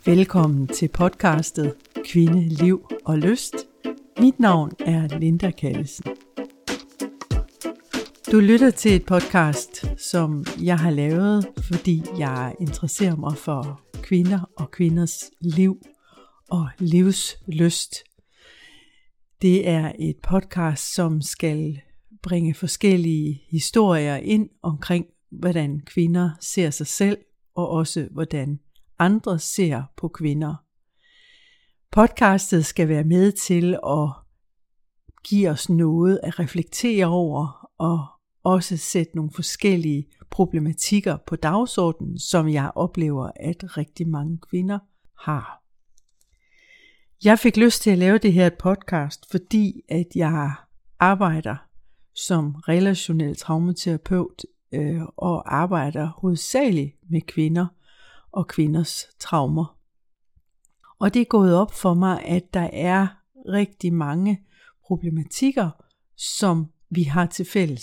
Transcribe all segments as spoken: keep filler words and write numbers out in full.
Velkommen til podcastet Kvinde, Liv og Lyst. Mit navn er Linda Callesen. Du lytter til et podcast, som jeg har lavet, fordi jeg interesserer mig for kvinder og kvinders liv og livslyst. Det er et podcast, som skal bringe forskellige historier ind omkring, hvordan kvinder ser sig selv, og også hvordan andre ser på kvinder. Podcastet skal være med til at give os noget at reflektere over, og også sætte nogle forskellige problematikker på dagsordenen, som jeg oplever, at rigtig mange kvinder har. Jeg fik lyst til at lave det her podcast, fordi at jeg arbejder som relationel traumaterapeut øh, og arbejder hovedsageligt med kvinder og kvinders traumer. Og det er gået op for mig, at der er rigtig mange problematikker, som vi har til fælles.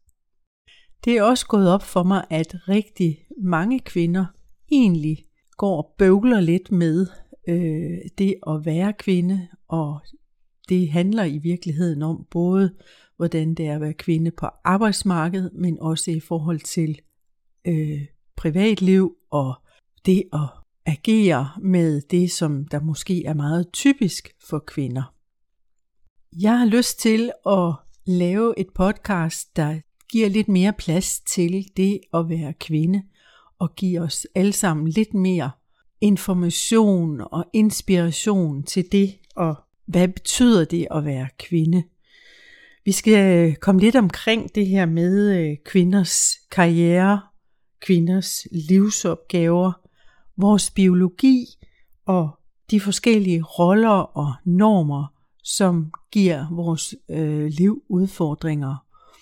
Det er også gået op for mig, at rigtig mange kvinder egentlig går og bøvler lidt med øh, det at være kvinde, og det handler i virkeligheden om både, hvordan det er at være kvinde på arbejdsmarkedet, men også i forhold til øh, privatliv og det at agere med det, som der måske er meget typisk for kvinder. Jeg har lyst til at lave et podcast, der giver lidt mere plads til det at være kvinde, og giver os alle sammen lidt mere information og inspiration til det, og hvad betyder det at være kvinde. Vi skal komme lidt omkring det her med kvinders karriere, kvinders livsopgaver, vores biologi og de forskellige roller og normer, som giver vores øh, liv udfordringer.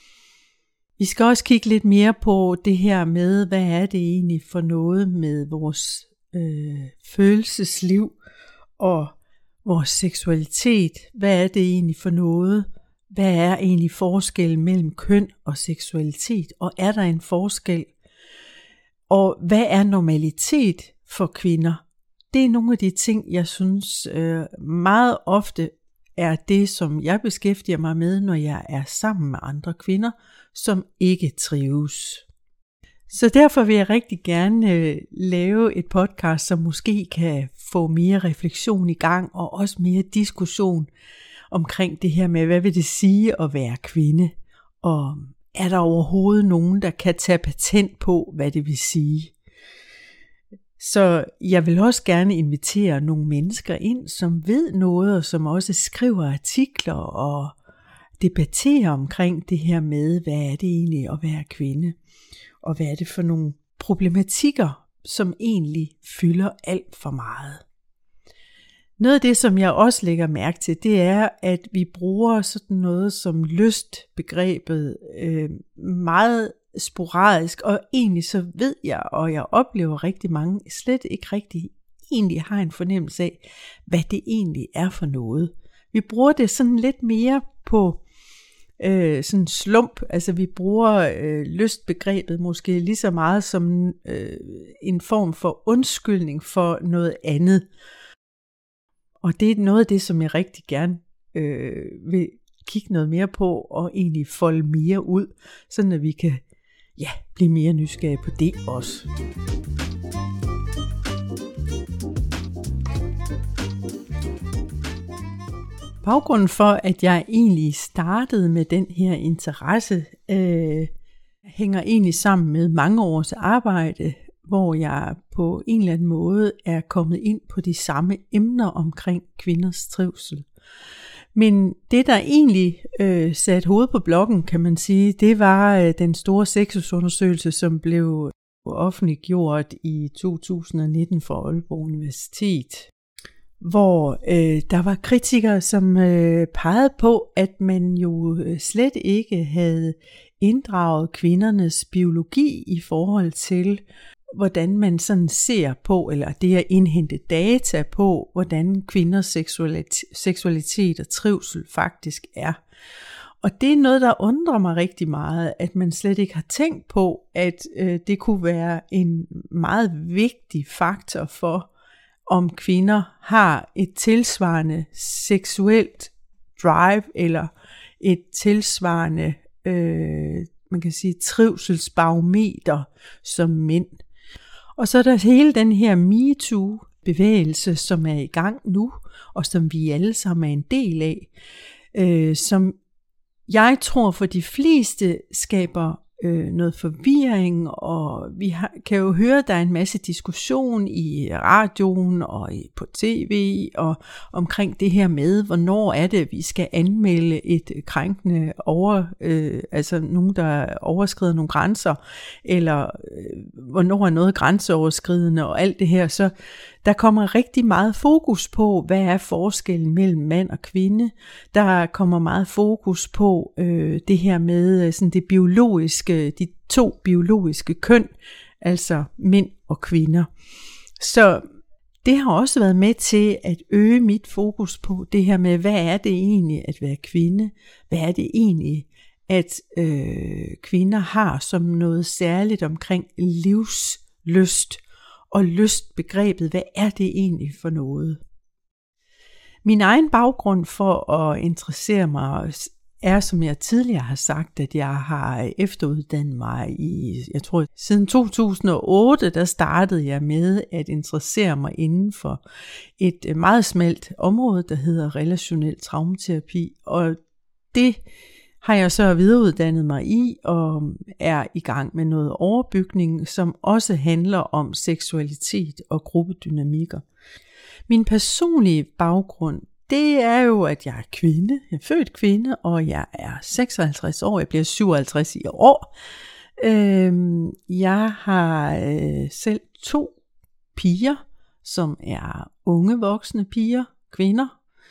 Vi skal også kigge lidt mere på det her med, hvad er det egentlig for noget med vores øh, følelsesliv og vores seksualitet. Hvad er det egentlig for noget? Hvad er egentlig forskellen mellem køn og seksualitet? Og er der en forskel? Og hvad er normalitet for kvinder? Det er nogle af de ting, jeg synes øh, meget ofte er det, som jeg beskæftiger mig med, når jeg er sammen med andre kvinder, som ikke trives. Så derfor vil jeg rigtig gerne øh, lave et podcast, som måske kan få mere refleksion i gang, og også mere diskussion omkring det her med, hvad vil det sige at være kvinde? Og er der overhovedet nogen, der kan tage patent på, hvad det vil sige? Så jeg vil også gerne invitere nogle mennesker ind, som ved noget, og som også skriver artikler og debatterer omkring det her med, hvad er det egentlig at være kvinde? Og hvad er det for nogle problematikker, som egentlig fylder alt for meget? Noget af det, som jeg også lægger mærke til, det er, at vi bruger sådan noget som lystbegrebet øh, meget sporadisk, og egentlig så ved jeg, og jeg oplever rigtig mange, slet ikke rigtig egentlig har en fornemmelse af, hvad det egentlig er for noget. Vi bruger det sådan lidt mere på øh, sådan slump, altså vi bruger øh, lystbegrebet måske lige så meget som øh, en form for undskyldning for noget andet. Og det er noget af det, som jeg rigtig gerne øh, vil kigge noget mere på, og egentlig folde mere ud, sådan at vi kan ja, blive mere nysgerrige på det også. Baggrunden for, at jeg egentlig startede med den her interesse, øh, hænger egentlig sammen med mange års arbejde, hvor jeg på en eller anden måde er kommet ind på de samme emner omkring kvinders trivsel. Men det, der egentlig øh, satte hovedet på blokken, kan man sige, det var øh, den store sexusundersøgelse, som blev offentliggjort i to tusind nitten for Aalborg Universitet, hvor øh, der var kritikere, som øh, pegede på, at man jo slet ikke havde inddraget kvindernes biologi i forhold til, hvordan man sådan ser på, eller det at indhente data på, hvordan kvinders seksualitet, seksualitet og trivsel faktisk er. Og det er noget, der undrer mig rigtig meget, at man slet ikke har tænkt på, at øh, det kunne være en meget vigtig faktor for om kvinder har et tilsvarende seksuelt drive, eller et tilsvarende, øh, man kan sige, trivselsbarometer som mænd. Og så er der hele den her MeToo-bevægelse, som er i gang nu, og som vi alle sammen er en del af, øh, som jeg tror for de fleste skaber øh, noget forvirring, og vi har, kan jo høre, at der er en masse diskussion i radioen og i, på tv og omkring det her med, hvornår er det, vi skal anmelde et krænkende over, øh, altså nogen, der overskrider nogle grænser, eller øh, hvornår er noget grænseoverskridende og alt det her. Så der kommer rigtig meget fokus på, hvad er forskellen mellem mand og kvinde. Der kommer meget fokus på øh, det her med sådan det biologiske, de to biologiske køn, altså mænd og kvinder. Så det har også været med til at øge mit fokus på det her med, hvad er det egentlig at være kvinde? Hvad er det egentlig, at øh, kvinder har som noget særligt omkring livslyst? Og lystbegrebet, hvad er det egentlig for noget? Min egen baggrund for at interessere mig er, som jeg tidligere har sagt, at jeg har efteruddannet mig i, jeg tror siden to tusind og otte, der startede jeg med at interessere mig inden for et meget smalt område, der hedder relationel traumaterapi, og det har jeg så videreuddannet mig i, og er i gang med noget overbygning, som også handler om seksualitet og gruppedynamikker. Min personlige baggrund, det er jo, at jeg er kvinde, jeg er født kvinde, og jeg er seksoghalvtreds år, jeg bliver syvoghalvtreds i år. Jeg har selv to piger, som er unge voksne piger, kvinder,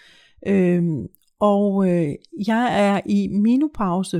og øh, jeg er i menopause,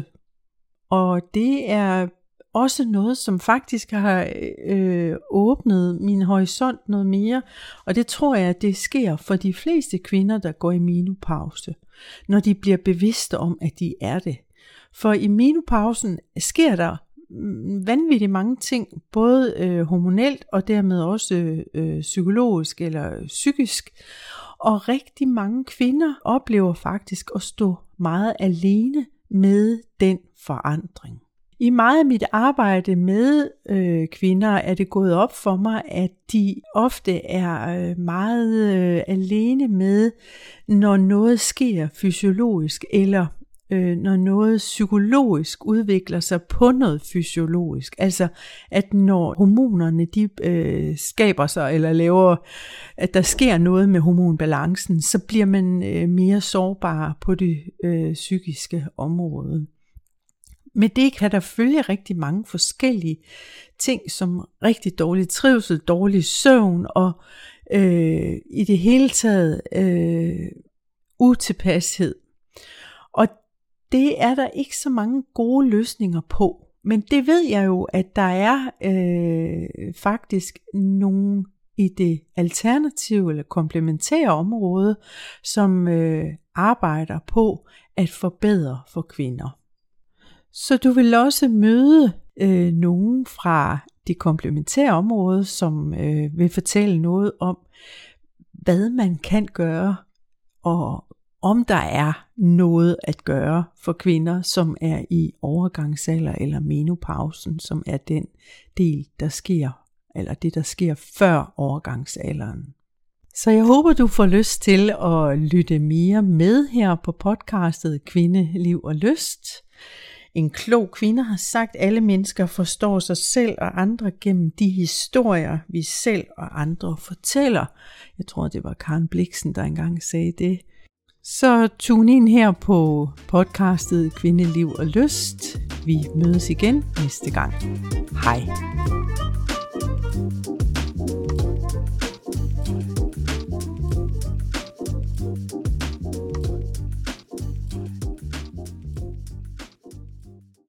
og det er også noget, som faktisk har øh, åbnet min horisont noget mere, og det tror jeg, det sker for de fleste kvinder, der går i menopause, når de bliver bevidste om, at de er det. For i menopausen sker der vanvittigt mange ting, både øh, hormonelt og dermed også øh, psykologisk eller psykisk. Og rigtig mange kvinder oplever faktisk at stå meget alene med den forandring. I meget af mit arbejde med øh, kvinder er det gået op for mig, at de ofte er øh, meget øh, alene med, når noget sker fysiologisk, eller øh, når noget psykologisk udvikler sig på noget fysiologisk. Altså at når hormonerne de øh, skaber sig, eller laver, at der sker noget med hormonbalancen, så bliver man øh, mere sårbar på det øh, psykiske område. Med det kan der følge rigtig mange forskellige ting, som rigtig dårlig trivsel, dårlig søvn og øh, i det hele taget øh, utilpashed. Og det er der ikke så mange gode løsninger på. Men det ved jeg jo, at der er øh, faktisk nogle i det alternative eller komplementære område, som øh, arbejder på at forbedre for kvinder. Så du vil også møde øh, nogen fra det komplementære område, som øh, vil fortælle noget om, hvad man kan gøre, og om der er noget at gøre for kvinder, som er i overgangsalder eller menopausen, som er den del, der sker, eller det, der sker før overgangsalderen. Så jeg håber, du får lyst til at lytte mere med her på podcastet Kvinde, Liv og Lyst. En klog kvinde har sagt, at alle mennesker forstår sig selv og andre gennem de historier, vi selv og andre fortæller. Jeg tror, det var Karen Blixen, der engang sagde det. Så tune ind her på podcastet Kvinde, Liv og Lyst. Vi mødes igen næste gang. Hej.